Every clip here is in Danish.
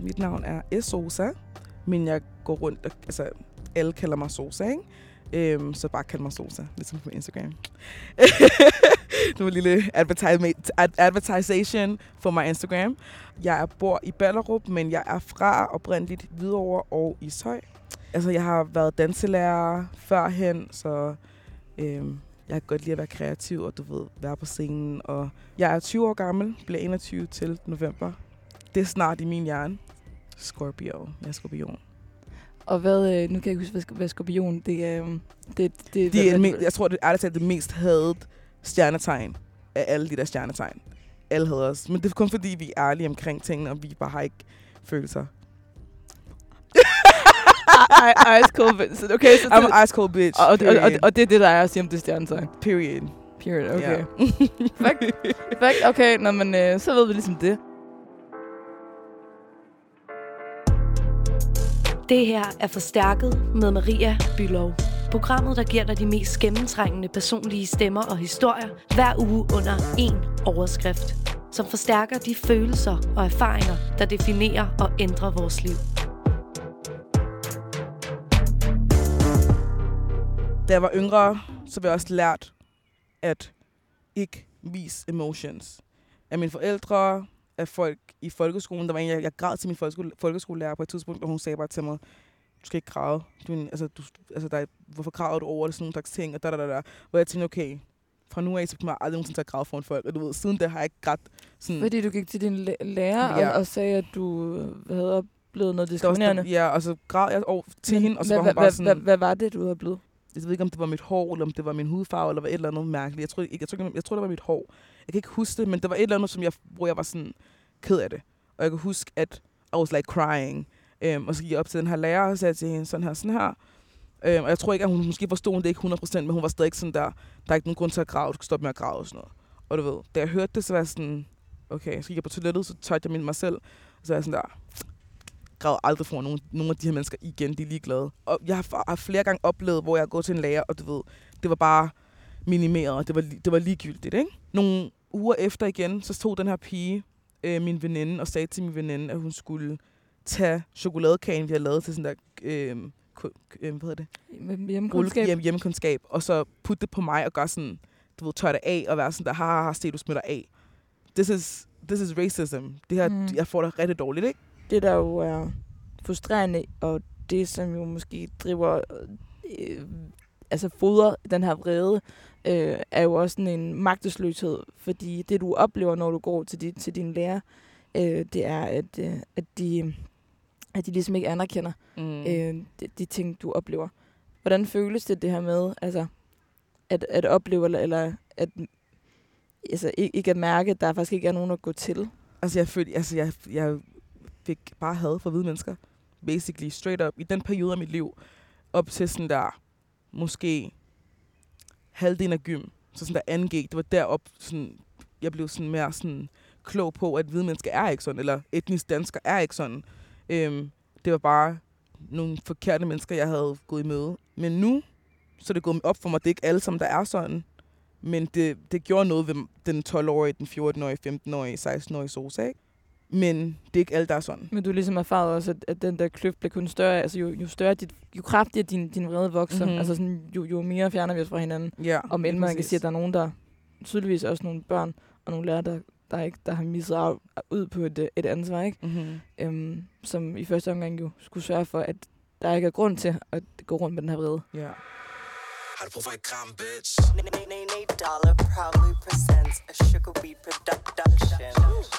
Mit navn er Esosa, men jeg går rundt, altså alle kalder mig Sosa, ikke? Så bare kald mig Sosa, ligesom på Instagram. Det var en lille advertisation for mig Instagram. Jeg bor i Ballerup, men jeg er fra oprindeligt Hvidovre og Ishøj. Altså, jeg har været danselærer førhen, så jeg kan godt lide at være kreativ og, du ved, være på scenen. Og jeg er 20 år gammel, bliver 21 til november. Det er snart i min hjerne. Scorpio. Jeg er skorpion. Og hvad, nu kan jeg ikke huske, hvad skorpion, det er... Jeg tror, det er det mest hadet stjernetegn af alle de der stjernetegn. Alle hader os. Men det er kun fordi, vi er ærlige omkring tingene, og vi bare har ikke følelser. Ice cold bitch. Okay, så I'm an ice cold bitch. Og det er det, der er at sige om det stjernetegn. Period, okay. Yeah. Fact. Okay, men så ved vi ligesom det. Det her er Forstærket med Maria Bülow. Programmet, der giver dig de mest gennemtrængende personlige stemmer og historier hver uge under én overskrift, som forstærker de følelser og erfaringer, der definerer og ændrer vores liv. Da jeg var yngre, så blev jeg også lært at ikke vise emotions. Af mine forældre, af folk i folkeskolen. Der var en, jeg græd til min folkeskolelærer på et tidspunkt, og hun sagde bare til mig, du skal ikke græde. Hvorfor græder du over det, sådan nogle slags ting, og da. Hvor jeg tænkte, okay, fra nu af, så kommer jeg aldrig nogensinde til at græde foran folk. Og du ved, siden da har jeg ikke grædt sådan... Fordi du gik til din lærer og sagde, at du havde oplevet noget diskriminerende? Ja, og så græd jeg over til hende, og så var hun bare sådan... Hvad var det, du havde blevet? Jeg ved ikke, om det var mit hår, eller om det var min hudfarve, eller et eller andet mærkeligt. Jeg tror, det var mit hår. Jeg kan ikke huske det, men der var et eller andet, hvor jeg var sådan ked af det. Og jeg kan huske, at I was like crying. Og så gik jeg op til den her lærer, og sagde til hende sådan her. Og jeg tror ikke, at hun måske forstod det ikke 100%, men hun var stadig sådan der er ikke nogen grund til at græde, du skal stoppe med at græde og sådan noget. Og du ved, da jeg hørte det, så var jeg sådan, okay, så gik jeg på toilettet, så tørte jeg mig selv. Og så var jeg sådan der, græd aldrig for nogle af de her mennesker igen, de er ligeglade. Og jeg har flere gange oplevet, hvor jeg går til en lærer, og du ved, det var bare minimeret, og det var ligegyldigt, ikke? Nogle uger efter igen, så stod den her pige, min veninde, og sagde til min veninde, at hun skulle tage chokoladekagen, vi havde lavet til sådan der, hvad hedder det? Hjemmekundskab. Og så putte det på mig og gøre sådan, du ved, tørre det af og være sådan der, haha, se, du smitter af. This is racism. Det her, jeg får det rigtig dårligt, ikke? Det der jo er frustrerende, og det som jo måske driver, fodrer den her vrede, er jo også sådan en magtesløshed, fordi det du oplever, når du går til din lærer, det er, at de ligesom ikke anerkender de ting, du oplever. Hvordan føles det her med, altså, at opleve, eller at ikke at mærke, at der faktisk ikke er nogen at gå til? Altså, jeg fik bare had for hvide mennesker. Basically, straight up. I den periode af mit liv, op til sådan der, måske halvdelen af gym, så sådan der 2G, det var derop, sådan, jeg blev sådan mere sådan klog på, at hvide mennesker er ikke sådan, eller etnisk dansker er ikke sådan. Det var bare nogle forkerte mennesker, jeg havde gået i møde. Men nu, så er det gået op for mig, det er ikke alle sammen, der er sådan. Men det gjorde noget ved den 12-årige, den 14-årige, 15-årige, 16-årige Sosa, ikke? Men det er ikke alle, der er sådan. Men du ligesom erfaret også, at den der kløft bliver kun større. Altså jo kraftigere din vrede vokser, altså sådan, jo mere fjerner vi os fra hinanden. Ja, og men man kan sige, at der er nogen, der tydeligvis også nogle børn og nogle lærere, der har misset ud på et ansvar, ikke? Som i første omgang jo skulle sørge for, at der ikke er grund til at gå rundt med den her vrede. Ja. Har du brug for et kram, bitch? $8 proudly presents a Sugar Beat production.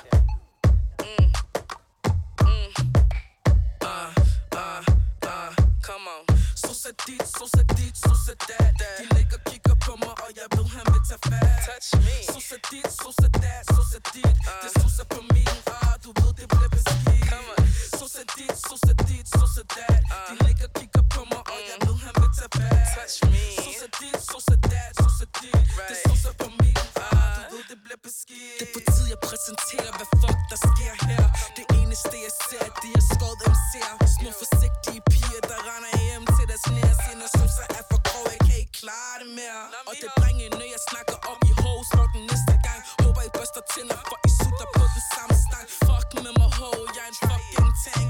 Come on. Så dat. De ligger og kigger på mig, og jeg ved, han vil tage fat. Touch me. Så dat. Det suser på min du ved, det bliver beskidt. Come on. Så dat. De ligger og kigger på mig, og jeg ved, han vil tage fat. Touch me. Så dat. Det suser på min du ved, det bliver beskidt. Det er på tid, jeg præsenterer, hvad fuck der sker her. Det eneste, jeg ser, det er skåret MC'er. Små forsigtige piger, der render hjem til deres nærsinder, som så er for grov, jeg kan ikke klare det mere. Og det drengene, jeg snakker op i hoes for den næste gang. Håber I børster tænder, for I sutter på den samme stang. Fuck med mig, ho, jeg er en fucking tank.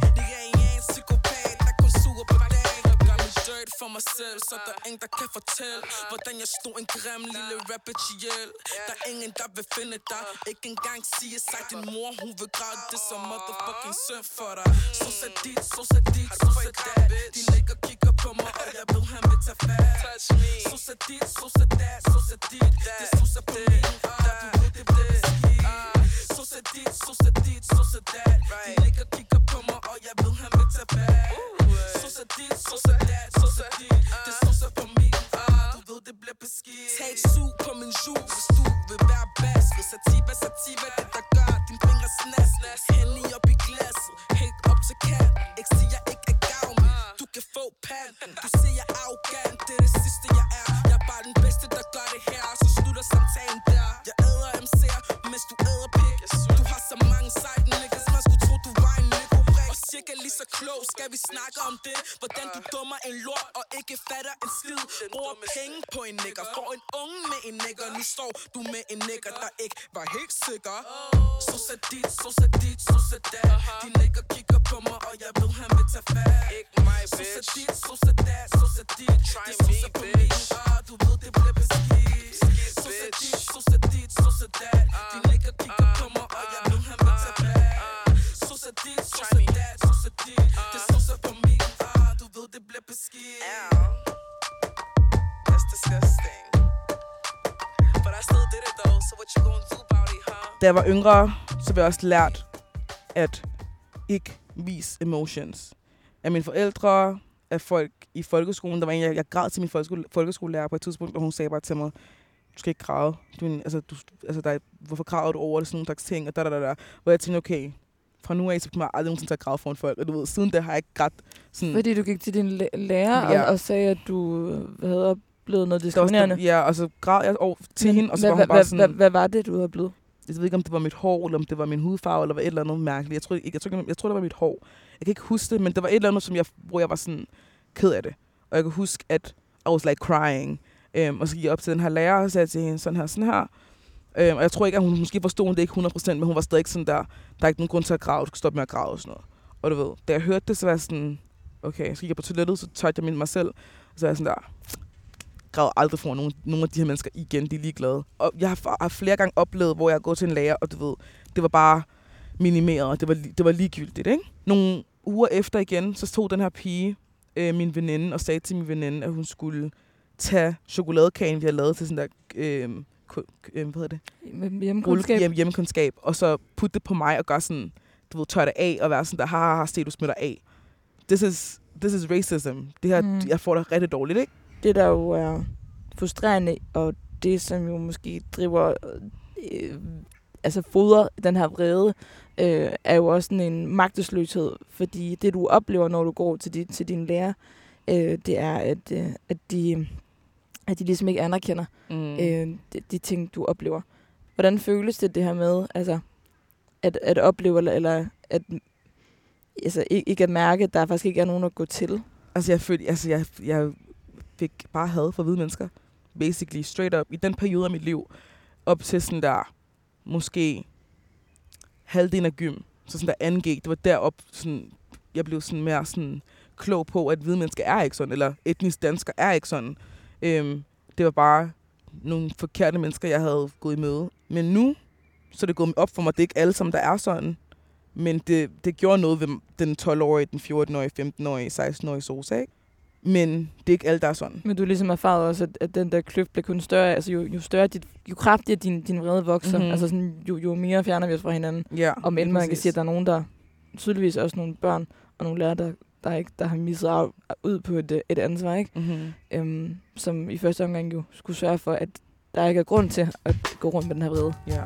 ingen, der kan fortælle, hvordan jeg slog en grim lille rapper ihjel. Der er ingen, der vil finde dig. Ikke engang sige sig, din mor, hun vil græde det som motherfucking søn for dig. Så sæt dit, så sæt dit, så sæt dat. De ligger og kigger på mig, og jeg ved, han vil tage fat. Så sæt dit, så sæt dat, så sæt dit. Det susser på min, der du ved, det bliver skidt. Så sæt dit, så sæt dit, så sæt dat. De ligger og kigger på mig, og jeg ved, han vil tage fat. Så sæt dit, så sæt dat, så sæt dit. Det susser på min, du ved, det bliver beskidt. Tag et sug på min jus, hvis du vil være bedst. Sativa, sativa, det der gør din fingre snask. Hælde op i glasset, helt op til kanten. Ikke sige, jeg ikke er gavmild, du kan få panten. Du siger, jeg er arrogant, det er det sidste, jeg er. Jeg er bare den bedste, der gør det her, så slutter samtalen der. Jeg æder MC'er, mens du æder pik. Du har så mange sejt niggas, man skulle tro, du var en mikrobrik. Og cirka lige så klog, skal vi snakke om det. Hvordan du dummer en lort og ikke fatter en skid. Bruger penge på en nigger, får en unge med en nigger. Nu står du med en nigger, der ikke var helt sikker. Så sæt dit, så sæt dit, så sæt dat. De nigger kigger på mig, og jeg ved, han vil tage fat. Så sæt dit, så sæt dat, så sæt dit. Det susser på min, du ved, det bliver beskidt. Så sæt dit, så sæt dit, så sæt dat. De nigger kigger på mig, og jeg ved, han vil tage fat. Så sæt dit, så sæt dat, så sæt dit. Det susser på min, du ved, det bliver beskidt. That's disgusting. But I still did it though, so what you gonna do about it, huh? Da jeg var yngre, så blev jeg også lært at ikke vise emotions. Af mine forældre, af folk i folkeskolen. Der var en, jeg græd til min folkeskolelærer på et tidspunkt, og hun sagde bare til mig, du skal ikke græde. Hvorfor græder du over det? Sådan nogle slags ting. Og hvor jeg tænkte, okay, fra nu af, så kommer jeg aldrig nogensinde til at græde foran folk. Og du ved, siden det har jeg ikke grædt sådan... Fordi du gik til din lærer og sagde, at du havde oplevet noget diskriminerende? Ja, og så græd jeg over til hende, og så var hun bare sådan... Hvad var det, du havde blevet? Jeg ved ikke, om det var mit hår, eller om det var min hudfarve, eller var et eller andet mærkeligt. Jeg tror, det var mit hår. Jeg kan ikke huske det, men det var et eller andet, hvor jeg var sådan ked af det. Og jeg kan huske, at I was like crying. Og så gik jeg op til den her lærer, og sagde til hende sådan her. Og jeg tror ikke, at hun måske forstod det ikke 100%, men hun var stadig ikke sådan der er ikke nogen grund til at græde, du skal stoppe med at græde og sådan noget. Og du ved, da jeg hørte det, så var jeg sådan, okay, så gik jeg på toilettet, så tørte jeg mig selv, og så var jeg sådan der, græd aldrig for nogle af de her mennesker igen, de er ligeglade. Og jeg har flere gange oplevet, hvor jeg er gået til en lærer, og du ved, det var bare minimeret, og det var ligegyldigt, ikke? Nogle uger efter igen, så stod den her pige, min veninde, og sagde til min veninde, at hun skulle tage chokoladekagen, vi har lavet til sådan der, hvad hedder det? Hjemmekundskab, og så putte det på mig og gøre sådan, du ved, tørre det af, og være sådan der, haha, se, du smitter af. This is racism. Det her, jeg får det rigtig dårligt, ikke? Det der jo er frustrerende, og det som jo måske driver, fodrer den her vrede, er jo også sådan en magtesløshed, fordi det du oplever, når du går til din lærer, det er, at de ligesom ikke anerkender de ting, du oplever. Hvordan føles det her med, altså, at opleve, eller at ikke at mærke, at der faktisk ikke er nogen at gå til? Altså, jeg fik bare had for hvide mennesker. Basically, straight up. I den periode af mit liv, op til sådan der, måske halvdelen af gym, så sådan der 2G, det var derop, sådan, jeg blev sådan mere sådan klog på, at hvide mennesker er ikke sådan, eller etnisk dansker er ikke sådan. Det var bare nogle forkerte mennesker, jeg havde gået i møde. Men nu, så er det gået op for mig, at det er ikke alle sammen, der er sådan. Men det gjorde noget ved den 12-årige, den 14-årige, 15-årige, 16-årige Sosa, ikke? Men det er ikke alle, der er sådan. Men du ligesom erfaret også, at den der kløft bliver kun større. Altså jo større, jo kraftigere din vrede vokser. Mm-hmm. Altså sådan, jo mere fjerner vi os fra hinanden. Ja, og men man kan sige, at der er nogen, der tydeligvis også nogle børn og nogle lærere, der har misset ud på et ansvar, ikke? Mm-hmm. Som i første omgang jo skulle sørge for, at der ikke er grund til at gå rundt med den her vrede. Ja.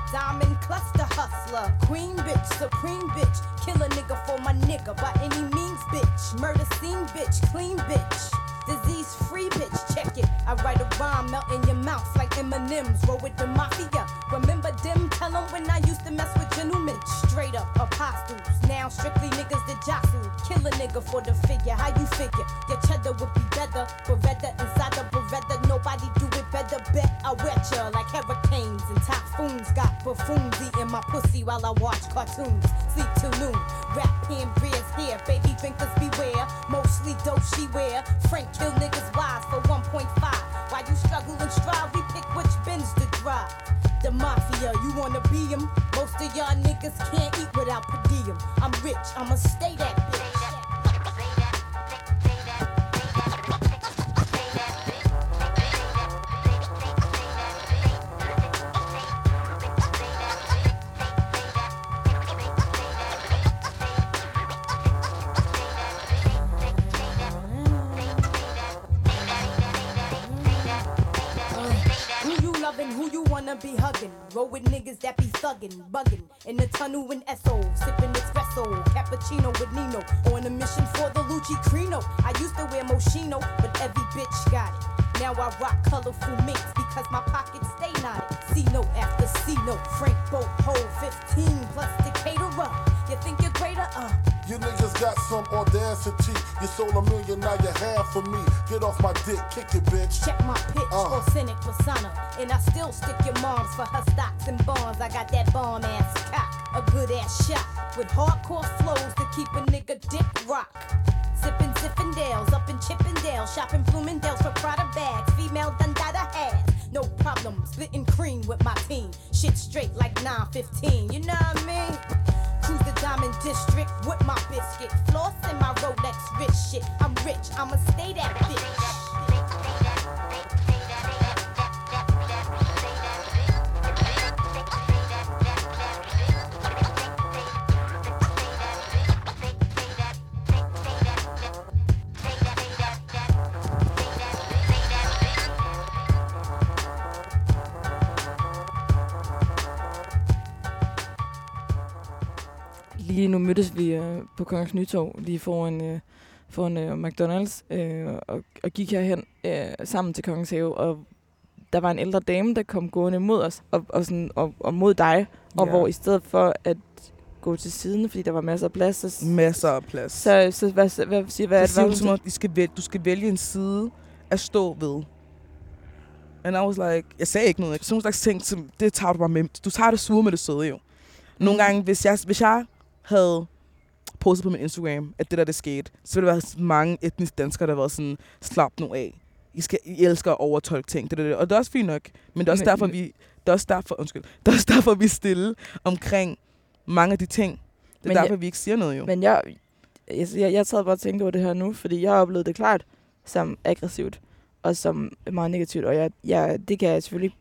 Diamond cluster hustler, queen bitch, supreme bitch. Kill a nigga for my nigga by any means, bitch. Murder scene, bitch, clean bitch. Disease free bitch, check it. I write a rhyme, melt in your mouth like M&M's. Roll with the mafia. Remember them? Tell them when I used to mess with gentlemen. Straight up apostles. Now strictly niggas that jostle. Kill a nigga for the figure. How you figure? Your cheddar would be better. Beretta inside the Beretta. Nobody do it better. Bet I wet ya like hurricanes and typhoons. Got buffoons eating my pussy while I watch cartoons. Sleep till noon. Rap pen beers here. Baby drinkers beware. Mostly dope she wear. Frank kill niggas wives for 1.5. While you struggle and strive, we pick which bins to drive. The mafia, you wanna be him? Most of y'all niggas can't eat without per diem. I'm rich, I'ma stay that bitch. Who you wanna be hugging? Roll with niggas that be thugging, bugging. In the tunnel in Esso, sipping espresso. Cappuccino with Nino, on a mission for the Lucci Crino. I used to wear Moschino, but every bitch got it. Now I rock colorful minks because my pockets stay knotted. C-note after C-note, Frank Boat, hold 15 plus Decatur. You think you're greater? You niggas got some audacity. You sold $1 million, now you have for me. Get off my dick, kick it, bitch. Check my pitch, authentic persona. And I still stick your moms for her stocks and bonds. I got that bomb ass cock, a good ass shot. With hardcore flows to keep a nigga dick rock. Sippin' Zippendales, up in Chippendale. Shopping Bloomingdale's for Prada bags. Female Dundada has no problem splitting cream with my team. Shit straight like 915, you know what I mean? Cruise the Diamond District with my biscuit. Floss in my Rolex rich shit. I'm rich, I'ma stay that bitch. Lige nu mødtes vi på Kongens Nytorv, lige foran McDonald's, og gik herhen sammen til Kongens Have, og der var en ældre dame, der kom gående mod os, og mod dig, og hvor i stedet for at gå til siden, fordi der var masser af plads. Masser af plads. Så hvad siger hvad det? Det er du skal vælge en side at stå ved. And I was like, jeg sagde ikke noget. Sådan en slags ting, som, det tager du bare med. Du tager det sure med det søde jo. Nogle gange, hvis jeg havde postet på min Instagram, at det skete, så ville der være mange etniske danskere, der var sådan, slap nu af. I elsker at overtolke ting. Det. Og det er også fint nok, men det er også derfor, vi er stille omkring mange af de ting. Det er derfor, vi ikke siger noget jo. Men jeg sad bare og tænkte over det her nu, fordi jeg har oplevet det klart som aggressivt og som meget negativt, og det kan jeg selvfølgelig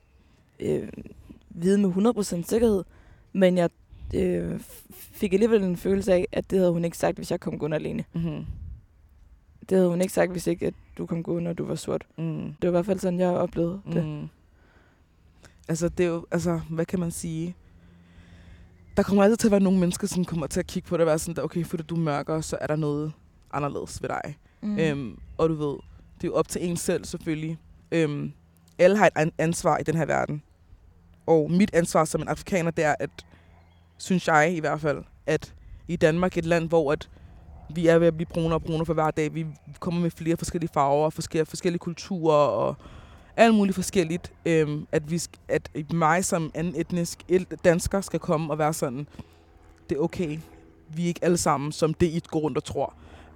vide med 100% sikkerhed, men jeg fik alligevel en følelse af, at det havde hun ikke sagt, hvis jeg kom gående alene. Mm-hmm. Det havde hun ikke sagt, hvis ikke at du kom gående, når du var sort. Mm. Det var i hvert fald sådan, jeg oplevede det. Altså, det er jo, hvad kan man sige? Der kommer altid til at være nogle mennesker, som kommer til at kigge på det og være sådan, okay, fordi du er mørkere, så er der noget anderledes ved dig. Og du ved, det er jo op til en selv selvfølgelig. Alle har et ansvar i den her verden. Og mit ansvar som en afrikaner, det er, at synes jeg i hvert fald, at i Danmark, et land, hvor at vi er ved at blive brunere og brunere for hver dag, vi kommer med flere forskellige farver, forskellige kulturer og alt muligt forskelligt, at mig som anden etnisk dansker skal komme og være sådan, det er okay, vi er ikke alle sammen, som det I går rundt og tror.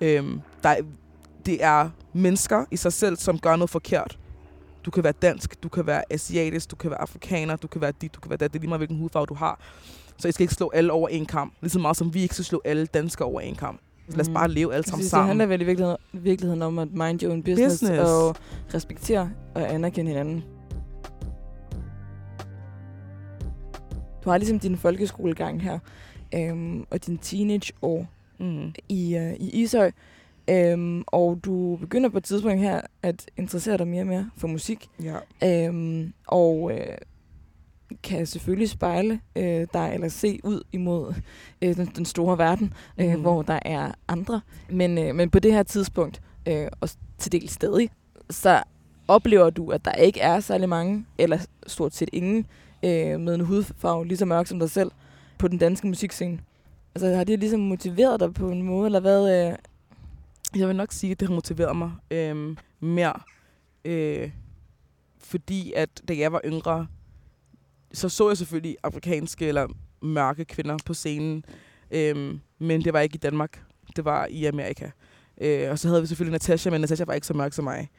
Det er mennesker i sig selv, som gør noget forkert. Du kan være dansk, du kan være asiatisk, du kan være afrikaner, du kan være dit, du kan være det. Det er lige meget, hvilken hudfarve du har. Så I skal ikke slå alle over en kam. Ligesom meget som vi ikke skal slå alle danskere over en kam. Så lad os bare leve alle sammen sammen. Det handler vel i virkeligheden om at mind your own business. Og respektere og anerkende hinanden. Du har ligesom din folkeskolegang her, og din teenageår i Ishøj. Og du begynder på et tidspunkt her at interessere dig mere og mere for musik. Ja. kan selvfølgelig spejle dig, eller se ud imod den store verden, hvor der er andre. Men på det her tidspunkt, og til del stadig, så oplever du, at der ikke er særlig mange, eller stort set ingen, med en hudfarve lige så mørk som dig selv, på den danske musikscene. Altså har det ligesom motiveret dig på en måde, eller hvad? Jeg vil nok sige, at det har motiveret mig mere, fordi at da jeg var yngre, så jeg selvfølgelig afrikanske eller mørke kvinder på scenen, men det var ikke i Danmark, det var i Amerika. Og så havde vi selvfølgelig Natasha, men Natasha var ikke så mørk som mig.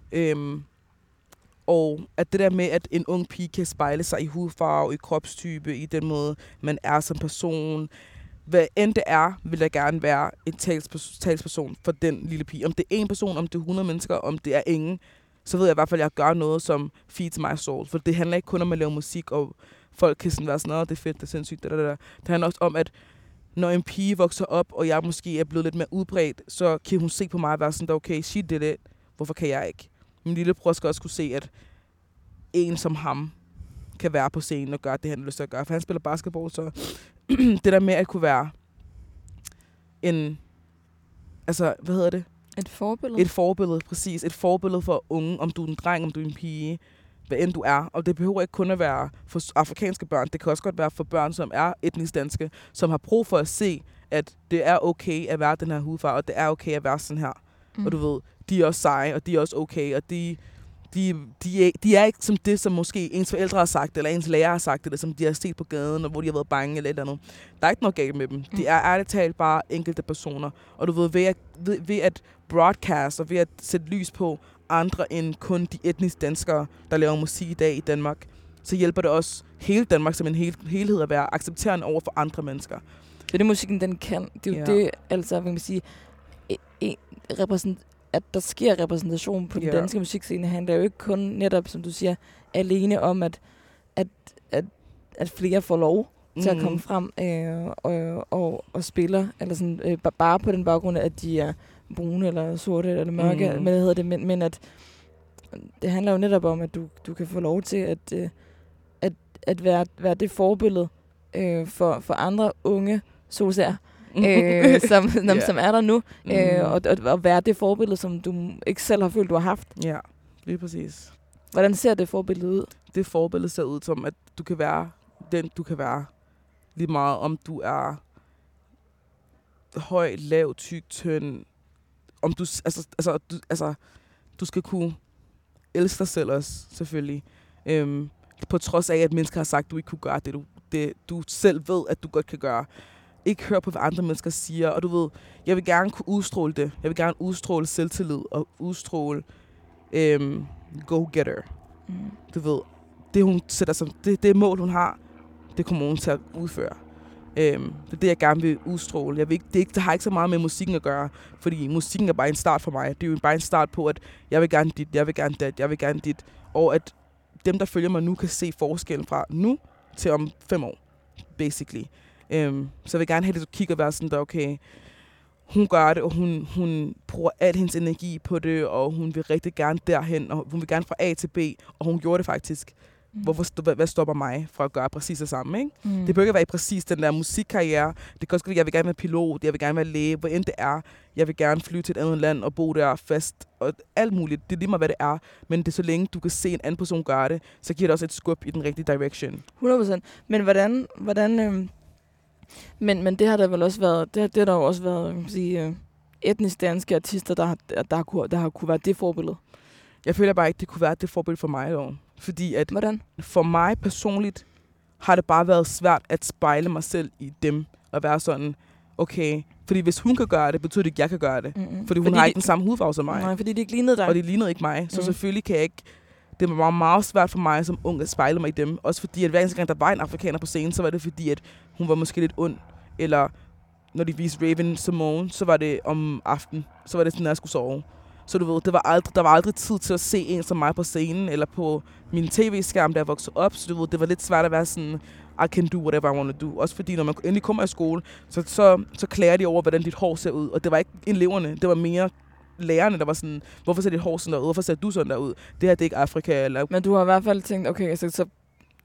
Og at det der med, at en ung pige kan spejle sig i hudfarve, i kropstype, i den måde, man er som person. Hvad end det er, vil jeg gerne være en talsperson for den lille pige. Om det er en person, om det er 100 mennesker, om det er ingen, så ved jeg i hvert fald, at jeg gør noget, som feeds my soul. For det handler ikke kun om at lave musik, og folk kan sådan være sådan, det er fedt, det er sindssygt, det handler også om, at når en pige vokser op, og jeg måske er blevet lidt mere udbredt, så kan hun se på mig og være sådan, okay, she did it, hvorfor kan jeg ikke? Min lillebror skal også kunne se, at en som ham kan være på scenen og gøre det, han har lyst til at gøre. For han spiller basketball, så det der med at kunne være en, altså, hvad hedder det? Et forbillede? Et forbillede, præcis. Et forbillede for unge, om du er en dreng, om du er en pige, hvad end du er. Og det behøver ikke kun at være for afrikanske børn. Det kan også godt være for børn, som er etnisk danske, som har brug for at se, at det er okay at være den her hudfarve, og det er okay at være sådan her. Og du ved, de er også seje, og de er også okay, og de er ikke som det, som måske ens forældre har sagt, eller ens lærer har sagt, eller som de har set på gaden, og hvor de har været bange, eller et eller andet. Der er ikke noget galt med dem. De er ærligt talt bare enkelte personer. Og du ved, ved at broadcast, og ved at sætte lys på andre end kun de etniske danskere, der laver musik i dag i Danmark, så hjælper det også hele Danmark som en helhed at være accepterende over for andre mennesker. Det er det, musikken den kan. Det er jo det, altså, hvad man sige, at der sker repræsentation på den danske musikscene, handler jo ikke kun netop, som du siger, alene om, at flere får lov til at komme frem og spiller, eller sådan, bare på den baggrund, at de er brune, eller sorte, eller mørke, men at det handler jo netop om, at du kan få lov til at være det forbillede for andre unge solsær, som er der nu, og være det forbillede, som du ikke selv har følt, du har haft. Ja, lige præcis. Hvordan ser det forbillede ud? Det forbillede ser ud som, at du kan være den, du kan være. Lige meget om du er høj, lav, tyk, tynd. Om du, du skal kunne elske dig selv også, selvfølgelig. På trods af, at mennesker har sagt, at du ikke kunne gøre det, du selv ved, at du godt kan gøre. Ikke høre på, hvad andre mennesker siger. Og du ved, jeg vil gerne kunne udstråle det. Jeg vil gerne udstråle selvtillid og udstråle go-getter. Du ved, det hun sætter som, det mål, hun har, det kommer hun til at udføre. Det er det, jeg gerne vil udstråle. Det har ikke så meget med musikken at gøre, fordi musikken er bare en start for mig. Det er jo bare en start på, at jeg vil gerne dit, jeg vil gerne dat, jeg vil gerne dit. Og at dem, der følger mig nu, kan se forskellen fra nu til om 5 år, basically. Så jeg vil gerne have det, at kigge og være sådan der, okay, hun gør det, og hun bruger al hendes energi på det, og hun vil rigtig gerne derhen, og hun vil gerne fra A til B, og hun gjorde det faktisk. Hvad stopper mig fra at gøre præcis det samme, ikke? Det bør ikke være præcis den der musikkarriere. Det kan også være, jeg vil gerne være pilot, jeg vil gerne være læge, hvor end det er. Jeg vil gerne flyve til et andet land og bo der fast, og alt muligt. Det er lige meget, hvad det er. Men det er så længe, du kan se en anden person gøre det, så giver det også et skub i den rigtige direction. 100%. Men hvordan men det har der vel også været, det har der jo også været, kan man sige, etnisk danske artister, der har kunne være det forbillede. Jeg føler bare ikke, det kunne være det forbillede for mig, dog. Fordi at hvordan? For mig personligt har det bare været svært at spejle mig selv i dem, og være sådan, okay, fordi hvis hun kan gøre det, betyder det ikke, at jeg kan gøre det. Fordi hun har ikke den samme hudfarve som mig. Nej, fordi det ikke lignede dig. Og det lignede ikke mig, så selvfølgelig kan jeg ikke. Det var meget svært for mig som ung at spejle mig i dem. Også fordi, at hver eneste gang, der var en afrikaner på scenen, så var det fordi, at hun var måske lidt ond. Eller når de viste Raven Simone, så var det om aftenen. Så var det sådan, at jeg skulle sove. Så du ved, der var aldrig tid til at se en som mig på scenen, eller på min tv-skærm, da jeg voksede op. Så du ved, det var lidt svært at være sådan, I can do whatever I want to do. Også fordi, når man endelig kommer i skole, så klager de over, hvordan dit hår ser ud. Og det var ikke eleverne, det var mere lærerne, der var sådan, hvorfor ser dit hår sådan derud? Hvorfor ser du sådan derud? Det her, det er ikke Afrika. Eller... Men du har i hvert fald tænkt, okay, så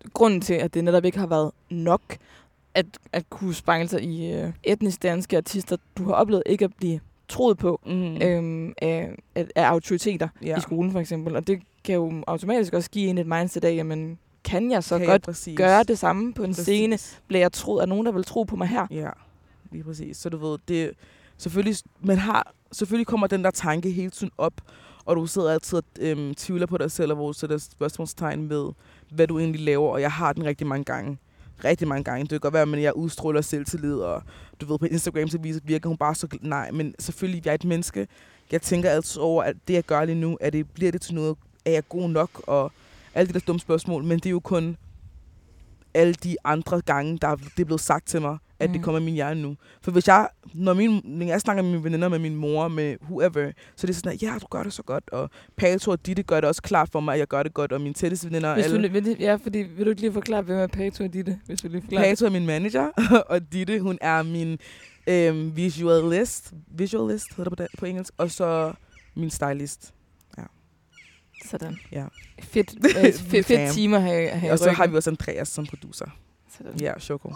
grunden til, at det netop ikke har været nok at kunne spejle sig i etnisk danske artister, du har oplevet ikke at blive troet på af autoriteter i skolen for eksempel. Og det kan jo automatisk også give en et mindset af, jamen, kan jeg så godt gøre det samme på en scene? Bliver jeg troet af nogen, der vil tro på mig her? Ja, lige præcis. Så du ved, det selvfølgelig kommer den der tanke hele tiden op, og du sidder altid og tvivler på dig selv, og hvor du sætter spørgsmålstegn med, hvad du egentlig laver, og jeg har den rigtig mange gange. Rigtig mange gange. Det kan godt være, at jeg udstråler selvtillid, og du ved, på Instagram så virker hun bare så... Nej, men selvfølgelig, jeg er et menneske. Jeg tænker altid over, at det, jeg gør lige nu, bliver det til noget, er jeg god nok, og alle de der dumme spørgsmål, men det er jo kun alle de andre gange, det er blevet sagt til mig, at det kommer i min hjerne nu. For når jeg snakker med mine veninder, med min mor, med whoever, så det er sådan, at ja, du gør det så godt, og Pato og Ditte gør det også klart for mig, at jeg gør det godt, og mine tætteste veninder... Vil du ikke lige forklare, hvem er Pato og Ditte? Hvis vi lige forklarer. Pato er min manager, og Ditte, hun er min visualist hedder det på engelsk, og så min stylist. Sådan. Ja. Fedt timer her. Og så har vi også Andreas som producer. Sådan. Ja, Choco.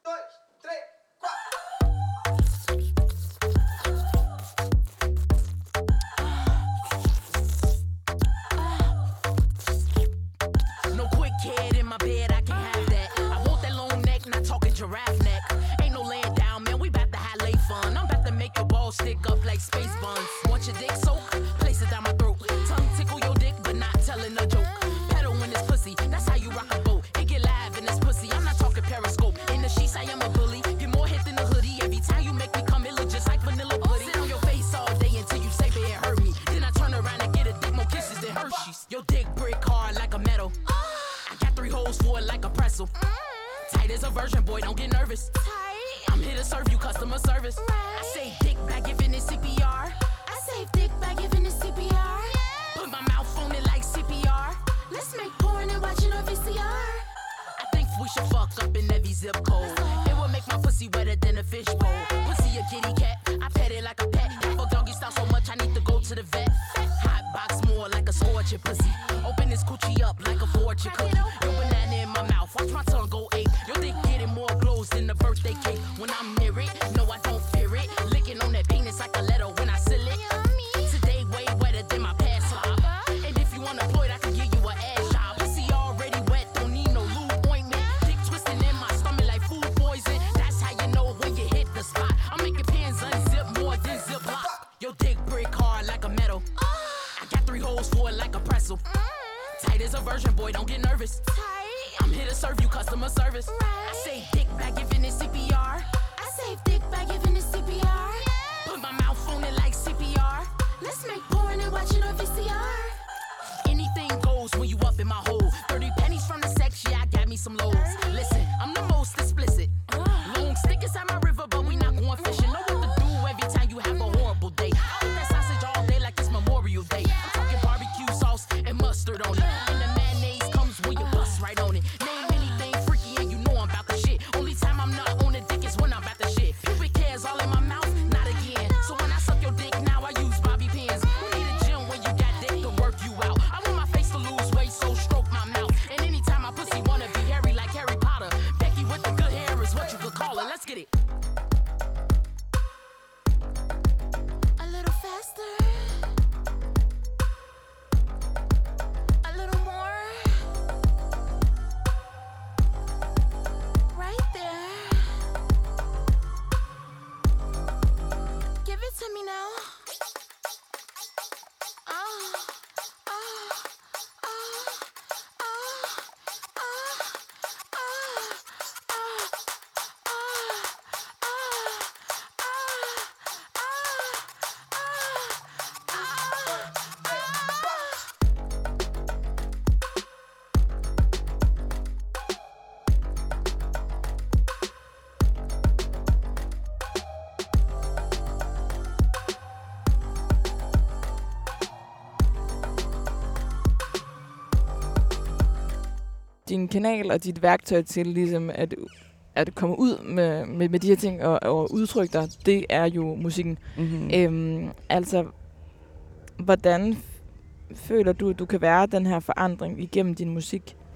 Stick up like space buns. Want your dick soak? Place it down my throat. Tongue tickle your dick, but not telling a joke. Pedal in this pussy, that's how you rock a boat. It get live in this pussy, I'm not talking Periscope. In the sheets, I am a bully. Get more hit than a hoodie. Every time you make me come, it look just like vanilla pudding. Sit on your face all day until you say, baby, it hurt me. Then I turn around and get a dick, more kisses than Hershey's. Your dick brick hard like a metal. I got 3 holes for it like a pretzel. Tight as a virgin, boy, don't get nervous. I'm here to serve you customer service. I say dick back giving it CPR. I say dick back giving it CPR. Put my mouth on it like CPR. Let's make porn and watch it on VCR. I think we should fuck up in every zip code. It would make my pussy wetter than a fishbowl. Pussy a kitty cat, I pet it like a pet. Fuck doggy style so much I need to go to the vet. Hot box more like a scorcher pussy. Open this coochie up like a fortune cookie. Your banana in my mouth, watch my tongue go ache. Your dick getting more glows than the birthday cake. When I'm near it, no I don't fear it. Licking on that penis like a letter when I seal it. Today way wetter than my past slob. And if you unemployed, I can give you an ass job. Pussy already wet, don't need no lube ointment. Dick twisting in my stomach like food poison. That's how you know when you hit the spot. I'm making pins unzip more than Ziploc. Your dick brick hard like a metal. I got 3 holes for it like a pretzel. Tight as a virgin, boy, don't get nervous. I'm here to serve you customer service. I say dick back giving it CPR. I say dick back giving it CPR. Put my mouth on it like CPR. Let's make porn and watch it on VCR. Anything goes when you up in my hole. 30 pennies from the sex, yeah, I got me some loads. Listen, I'm the most explicit. Long stick inside my river, but we not going fishing. Know what to do every time you have a horrible day. I eat that sausage all day like it's Memorial Day. I'm talking barbecue sauce and mustard on it. And the mayonnaise comes when you bust right on it. Name anything freaky and you know I'm about the shit. Only time I'm not on the dick is when I'm about the shit. Pubic hairs all in my mouth, not again. So when I suck your dick now I use bobby pins. Who need a gym when you got dick to work you out? I want my face to lose weight, so stroke my mouth. And anytime my pussy wanna be hairy like Harry Potter, Becky with the good hair is what you could call it. Let's get it. A little faster. A little more. Right there. Give it to me now. Din kanal og dit værktøj til ligesom at komme ud med de her ting og udtrykke dig, det er jo musikken. Mm-hmm. Altså, hvordan føler du, at du kan være den her forandring igennem din musik?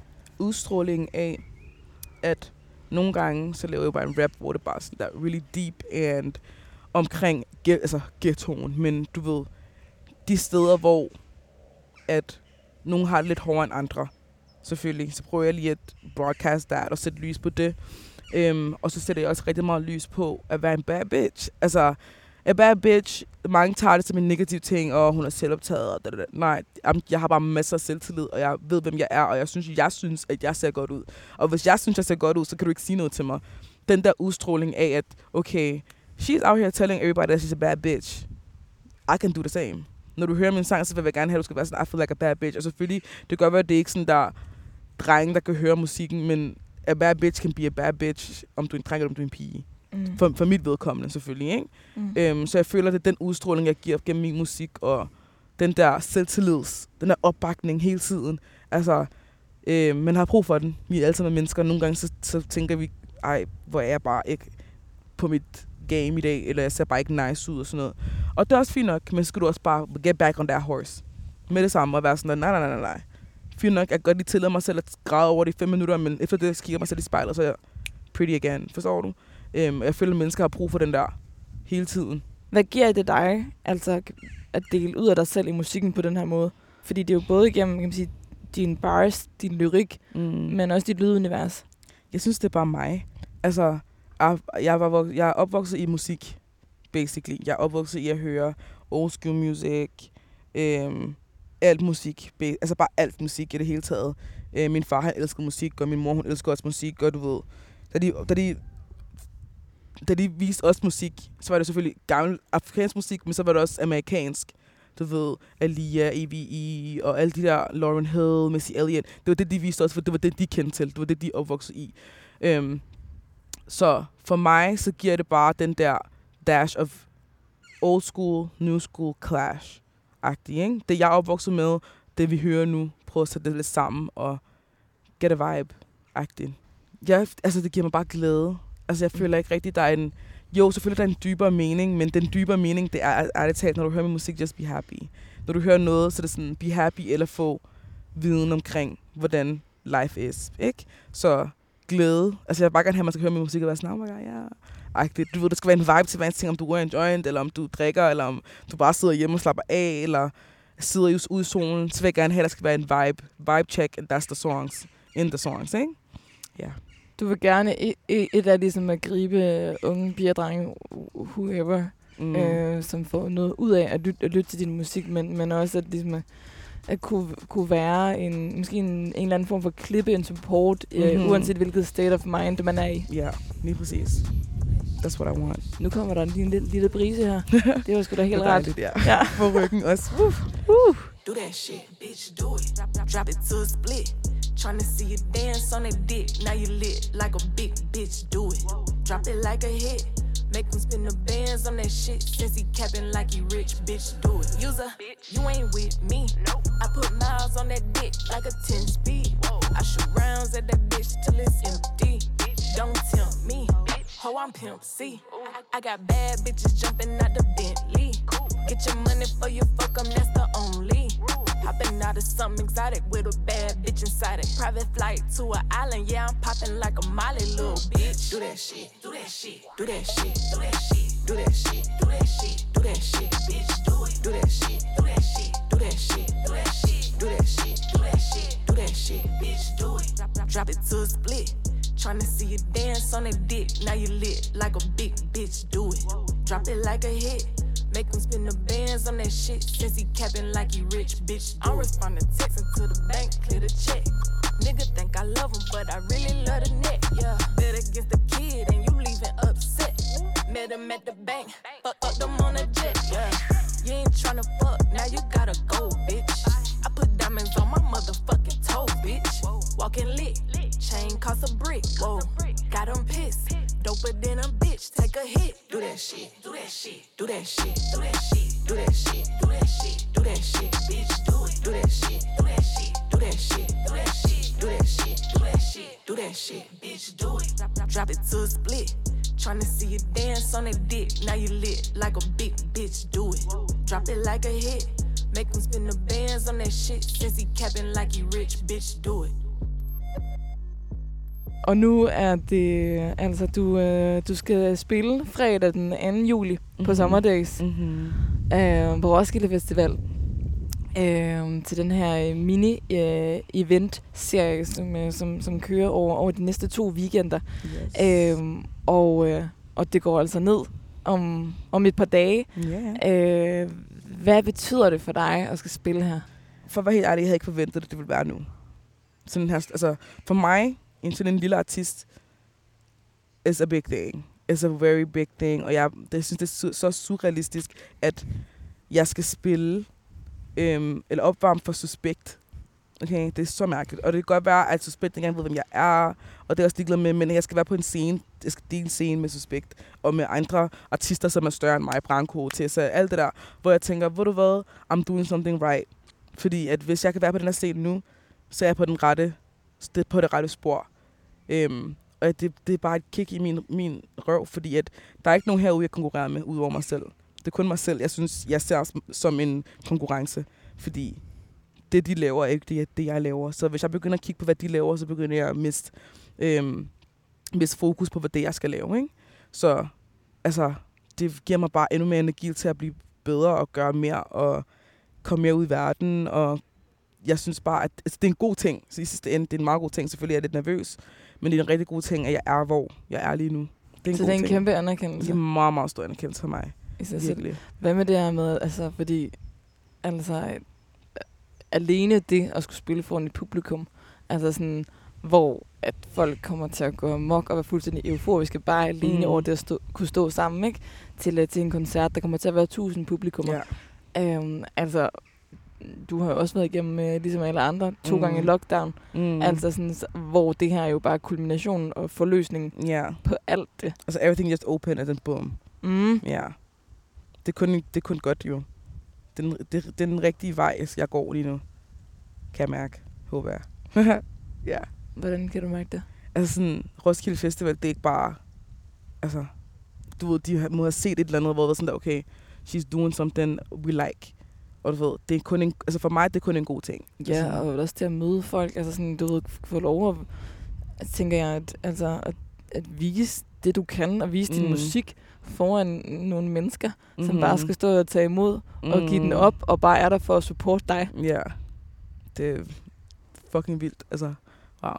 udstråling af, at nogle gange, så laver jeg bare en rap, hvor det bare sådan der really deep and omkring ghettoen, men du ved, de steder, hvor at nogen har det lidt hårdere end andre, selvfølgelig, så prøver jeg lige at broadcast that og sætte lys på det. Og så sætter jeg også rigtig meget lys på at være en bad bitch. Altså, en bad bitch, mange tager det som en negativ ting, og hun er selvoptaget. Nej, jeg har bare masser af selvtillid, og jeg ved, hvem jeg er, og jeg synes, at jeg ser godt ud. Og hvis jeg synes, jeg ser godt ud, så kan du ikke sige noget til mig. Den der udstråling af, at okay, she's out here telling everybody that she's a bad bitch. I can do the same. Når du hører min sang, så vil jeg gerne have, at du skal være sådan, I feel like a bad bitch. Og selvfølgelig, det kan godt være, at det er ikke sådan der drenge, der kan høre musikken, men a bad bitch can be a bad bitch, om du er en dreng eller om du er en pige. For mit vedkommende selvfølgelig, ikke? Så jeg føler, at det er den udstråling, jeg giver gennem min musik, og den der selvtillids, den der opbakning hele tiden. Altså, man har brug for den. Vi er alle sammen mennesker, og nogle gange så tænker vi, ej, hvor er jeg bare ikke på mit game i dag, eller jeg ser bare ikke nice ud og sådan noget. Og det er også fint nok, men så skal du også bare get back on that horse. Med det samme, og være sådan, nej. Fint nok, jeg kan godt lige tillade mig selv at græde over det i 5 minutter, men efter det, så kigger mig selv i spejlet, så er jeg pretty again. Forstår du? Jeg føler, at mennesker har brug for den der hele tiden. Hvad giver det dig, altså at dele ud af dig selv i musikken på den her måde? Fordi det er jo både igennem, kan man sige, din bars, din lyrik, men også dit lydunivers. Jeg synes, det er bare mig. Altså, jeg er opvokset i musik, basically. Jeg er opvokset i at høre old school music, alt musik, altså bare alt musik i det hele taget. Min far, han elskede musik, og min mor, hun elsker også musik, og du ved, da de viste os musik, så var det selvfølgelig gammel afrikansk musik, men så var det også amerikansk. Du ved, Aaliyah, A.V.E. og alle de der, Lauryn Hill, Missy Elliott. Det var det, de viste os, for det var det, de kendte til. Det var det, de opvoksede i. Så for mig, så giver det bare den der dash of old school, new school clash-agtig, ikke? Det jeg er opvokset med, det vi hører nu, prøv at sætte det lidt sammen og get a vibe-agtigt. Altså, det giver mig bare glæde. Altså, jeg føler ikke rigtigt, der er en... Jo, selvfølgelig der er en dybere mening, men den dybere mening, det er det talt, når du hører min musik, just be happy. Når du hører noget, så er det sådan, be happy, eller få viden omkring, hvordan life is, ikke? Så glæde. Altså, jeg vil bare gerne have, at man skal høre min musik og være sådan, oh my god, ja. Du ved, der skal være en vibe til hver ting, om du rører en joint, eller om du drikker, eller om du bare sidder hjemme og slapper af, eller sidder ude i solen. Så vil jeg gerne have, at der skal være en vibe check, and that's the songs, in the songs, ikke? Ja. Du vil gerne et af ligesom at gribe unge piger, drenge, whoever, som får noget ud af at lytte til din musik, men også at ligesom at kunne være måske en eller anden form for klippe, en support, uanset hvilket state of mind man er i. Ja, lige præcis. That's what I want. Nu kommer der en lille brise her. Det var sgu da helt ret. Ja. På ryggen også. Do that shit, bitch, do it. Drop it to a split. Tryna see you dance on that dick. Now you lit like a big bitch, do it. Drop it like a hit. Make him spin the bands on that shit. Since he capping like he rich, bitch, do it. User, you ain't with me. I put miles on that dick like a 10 speed. I shoot rounds at that bitch till it's empty. Don't tempt me. Ho, I'm Pimp C. I got bad bitches jumping out the Bentley. Get your money for you fuck 'em, that's the only. Hopping out of something exotic with a bad bitch inside it. Private flight to an island, yeah, I'm popping like a Molly, little bitch. Do that shit, do that shit, do that shit, do that shit, do that shit, do that shit, do that shit, bitch, do it. Do that shit, do that shit, do that shit, do that shit, do that shit, do that shit, do that shit, bitch, do it. Drop it to a split. Tryna see you dance on that dick. Now you lit like a big bitch, do it. Drop it like a hit. Make him spin the bands on that shit. Since he capping like he rich, bitch. I'm responding texting to the bank, clear the check. Nigga think I love him, but I really love the net, yeah. Bet against the kid and you leaving upset. Met him at the bank, fuck them on a jet, yeah. You ain't tryna fuck, now you gotta go, bitch. I put diamonds on my motherfucking toe, bitch. Walking lit, chain cost a brick, whoa. Got him pissed, doper than a bitch, take a hit. Do that shit, do that shit, do that shit, do that shit, do that shit, do that shit, do that shit, bitch, do it. Do that shit, do that shit, do that shit, do that shit, do that shit, do that shit, do that shit, bitch, do it. Drop it to a split. Tryna see you dance on that dick. Now you lit like a big bitch, do it. Drop it like a hit. Make him spin the bands on that shit. Since he capping like he rich, bitch, do it. Og nu er det, altså du skal spille fredag den 2. juli på Summer Days på Roskilde Festival. Til den her mini-event-serie, som kører over de næste 2 weekender. Yes. Og det går altså ned om et par dage. Yeah. Hvad betyder det for dig at skal spille her? For at være helt ærlig, jeg havde ikke forventet, at det ville være nu. Sådan her, altså, for mig, sådan en lille artist, is a big thing. It's a very big thing. Og jeg synes, det er så surrealistisk, at jeg skal spille eller opvarme for Suspekt. Okay, det er så mærkeligt. Og det kan godt være, at Suspekt ikke engang ved, hvem jeg er. Og det er også ligeglad med, men jeg skal være på en scene. Jeg skal dele en scene med Suspekt. Og med andre artister, som er større end mig. Branko, Tessa, alt det der. Hvor jeg tænker, ved du hvad? I'm doing something right. Fordi at hvis jeg kan være på den her scene nu, så er jeg på det rette spor. Og det er bare et kick i min røv. Fordi at der er ikke nogen herude, jeg konkurrerer med, udover mig selv. Det er kun mig selv, jeg synes, jeg ser som en konkurrence. Fordi det, de laver, er ikke det, jeg laver. Så hvis jeg begynder at kigge på, hvad de laver, så begynder jeg at miste fokus på, hvad det, jeg skal lave. Ikke? Så altså, det giver mig bare endnu mere energi til at blive bedre og gøre mere og komme mere ud i verden. Og jeg synes bare, at altså, det er en god ting. Så i sidste ende, det er en meget god ting. Selvfølgelig er jeg lidt nervøs. Men det er en rigtig god ting, at jeg er, hvor jeg er lige nu. Det er så det er en kæmpe anerkendelse? Det er en meget, meget stor anerkendelse for mig. Virkelig. Hvad med det her med, altså, fordi altså, alene det at skulle spille foran et publikum, altså sådan, hvor at folk kommer til at gå amok og være fuldstændig euforiske, bare alene over det at kunne stå sammen, ikke? Til en koncert, der kommer til at være 1000 publikummer. Yeah. Altså, du har jo også været igennem, ligesom alle andre, 2 gange lockdown. Altså sådan, hvor det her er jo bare kulminationen og forløsningen på alt det. Altså, everything just open and then boom. Ja. Det er kun godt, jo. Det er den rigtige vej, jeg går lige nu. Kan jeg mærke. Håber jeg. Ja. Hvordan kan du mærke det? Altså sådan, Roskilde Festival, det er ikke bare... Altså, du ved, de må have set et eller andet, hvor det er sådan der, okay, she's doing something we like. Og du ved, det er kun en, altså for mig, det er kun en god ting. Ja, og også til at møde folk, altså sådan, du ved, få lov at, tænker jeg, at vise det, du kan, og vise din musik foran nogle mennesker, som bare skal stå og tage imod, og give den op, og bare er der for at supporte dig. Ja, det er fucking vildt, altså, wow.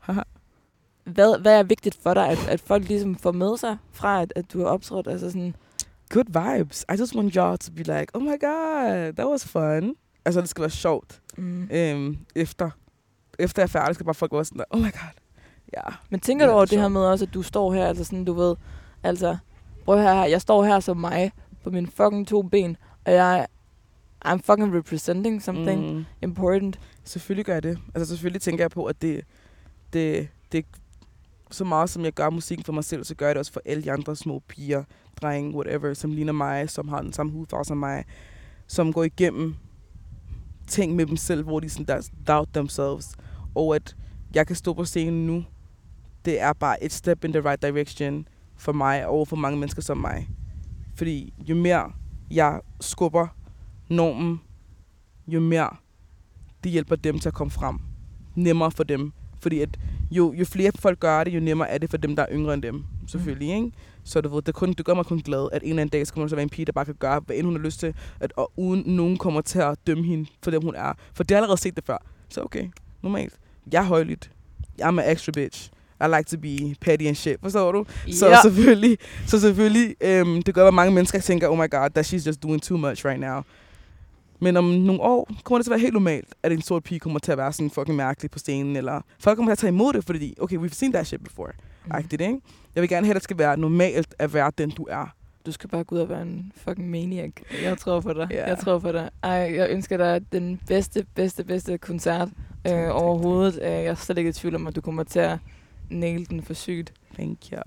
Hvad er vigtigt for dig, at folk ligesom får med sig fra, at du har optrådt, altså sådan... Good vibes. I just want y'all to be like, oh my god, that was fun. Altså, det skal være sjovt. Efter jeg er færdig, skal bare folk være sådan der, oh my god. Ja. Men tænker du over det her med også, at du står her, altså sådan, du ved, altså, prøv her, jeg står her som mig, på mine fucking 2 ben, og I'm fucking representing something important. Selvfølgelig gør jeg det. Altså, selvfølgelig tænker jeg på, at det så meget, som jeg gør musikken for mig selv, så gør jeg det også for alle de andre små piger, drenge, whatever, som ligner mig, som har den samme hudfarve som mig, som går igennem ting med dem selv, hvor de sådan doubt themselves. Og at jeg kan stå på scenen nu, det er bare et step in the right direction for mig og for mange mennesker som mig. Fordi jo mere jeg skubber normen, jo mere det hjælper dem til at komme frem. Nemmere for dem. Fordi at jo flere folk gør det, jo nemmere er det for dem, der er yngre end dem. Selvfølgelig, ikke? Så du ved, det gør mig kun glad, at en eller anden dag, så kommer der til at være en pige, der bare kan gøre, hvad end hun har lyst til, og uden nogen kommer til at dømme hende for dem, hun er. For det har allerede set det før. Så okay, normalt. Jeg er højlydt. I'm an extra bitch. I like to be petty and shit, forstår du? Så selvfølgelig, det gør, at mange mennesker tænker, oh my god, that she's just doing too much right now. Men om nogle år kommer det til at være helt normalt, at en sort pige kommer til at være sådan fucking mærkelig på scenen, eller folk kommer til at tage imod det, fordi, okay, we've seen that shit before. Ikke, ikke? Jeg vil gerne have, at det skal være normalt at være den, du er. Du skal bare gå ud og være en fucking maniac. Jeg tror på dig. Yeah. Jeg tror på dig. Jeg ønsker dig den bedste koncert overhovedet. Jeg er slet ikke i tvivl om, at du kommer til at nail den for sygt. Thank you.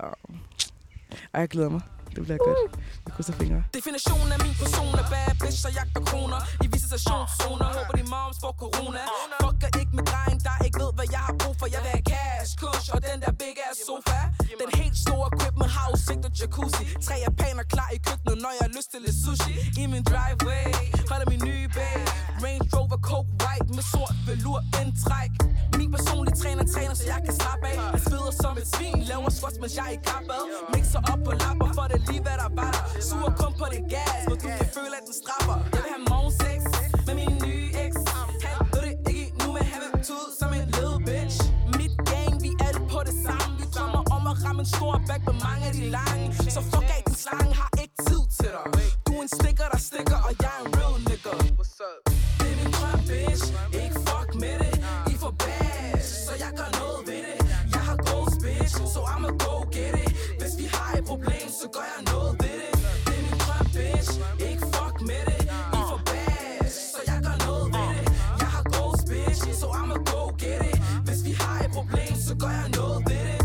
Jeg glæder mig. Det bliver godt. Jeg krydser fingre. Definitionen af min person er bad bitch, der jagter kroner i visitationszoner. Håber de moms får corona. Fucker ikke med dreng, der ikke ved, hvad jeg har brug for. Jeg vil have cash, kush og den der big ass sofa. Den helt store equipment har udsigtet jacuzzi. 3 japaner klar i køkkenet, når jeg har lyst til lidt sushi. I min driveway holder min nye bag. Range Rover Coke White med sort velur indtræk. Min personlige træner, så jeg kan slappe af. Jeg sveder blød som et svin. Laver squats, mens jeg er i kappet. Mixer op på lapper, for det lige hvad der var der. Suger kun på det gas, hvor du kan føle at den straffer. Jeg vil have morgensex med min nye ex. Han ved det ikke nu, men han vil tud som en little bitch. Mit gang, vi er det på det samme. Vi drømmer om at ramme en stor bag med mange af de lange. Så fuck af din slange, har ikke tid til dig. Du er en stikker, der stikker, og jeg er en real nigga. Det er min drøm, bitch. Ikke fuck med det. I får bash, så jeg gør noget ved det. Jeg har goals, bitch, så I'ma go get it. Hvis vi har et problem, så gør jeg noget ved det. Det er min drøm, bitch. Ikke fuck med det. I får bash, så jeg gør noget ved det. Jeg har goals, bitch, så I'ma go get it. Hvis vi har et problem, så gør jeg noget ved det.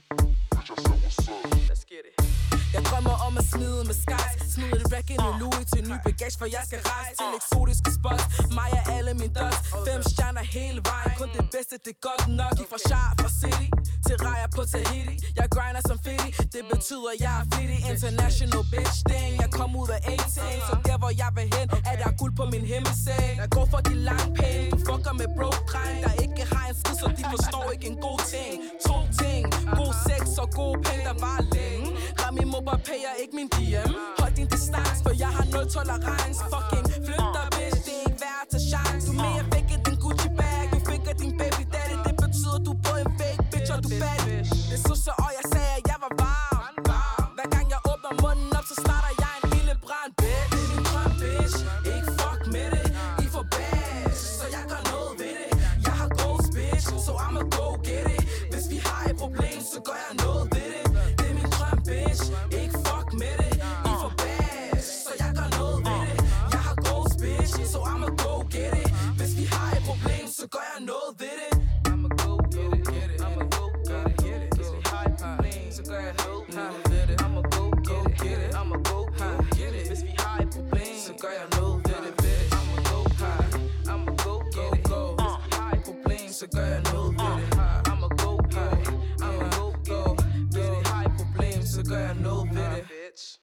Let's get it. Jeg drømmer om at smide med skies. Smide et rack ind i Louis til ny bagage, for jeg skal rejse til eksotiske spots. Mig og alle mine dots. 5 stjerner hele vejen. Kun det bedste, det er godt nok. I fra Shar, fra City til Raya på Tahiti. Jeg grinder som fitty. Det betyder, jeg er flitty. International bitch thing. Jeg kom ud af A-ting. Så der hvor jeg vil hen, er der guld på min himmelseng. Jeg går for de lange penge. Du fucker med broke dreng, der ikke har en skid, så de forstår ikke en god ting. 2 ting. God sex og gode penge, der var længe. Ram min MobilePay og ikke min DM. Hold din distance, for jeg har 0 tolerance. Fucking flyt dig, bitch, det er ikke værd at tage chance. Du mere fik af din Gucci bag. Du fik af din baby daddy. Det betyder, du er både en fake bitch og du fattig. Det så så, og jeg sagde, at jeg var varm. Hver gang jeg åbner munden op, så starter jeg en lille brand, bitch. Det er min drøm, bitch. Ikke fuck med det. I får bash, så jeg gør noget ved det. Jeg har goals, bitch, så I'ma go get it. Hvis vi har et problem, så gør jeg noget ved det. Det er min drøm, bitch. Ikke fuck med det. I får bash, så jeg gør noget ved det. Jeg har goals, bitch, så I'ma go get it. Hvis vi har et problem, så gør jeg noget ved det. I'ma go get it, I'ma go get it. Hvis vi har et problem, så gør jeg noget ved det. I'ma go get it, I'ma go get it. Hvis vi har et problem, så gør jeg noget ved det, bitch. I'ma go get it, Hvis vi har et problem, så gør jeg noget ved det.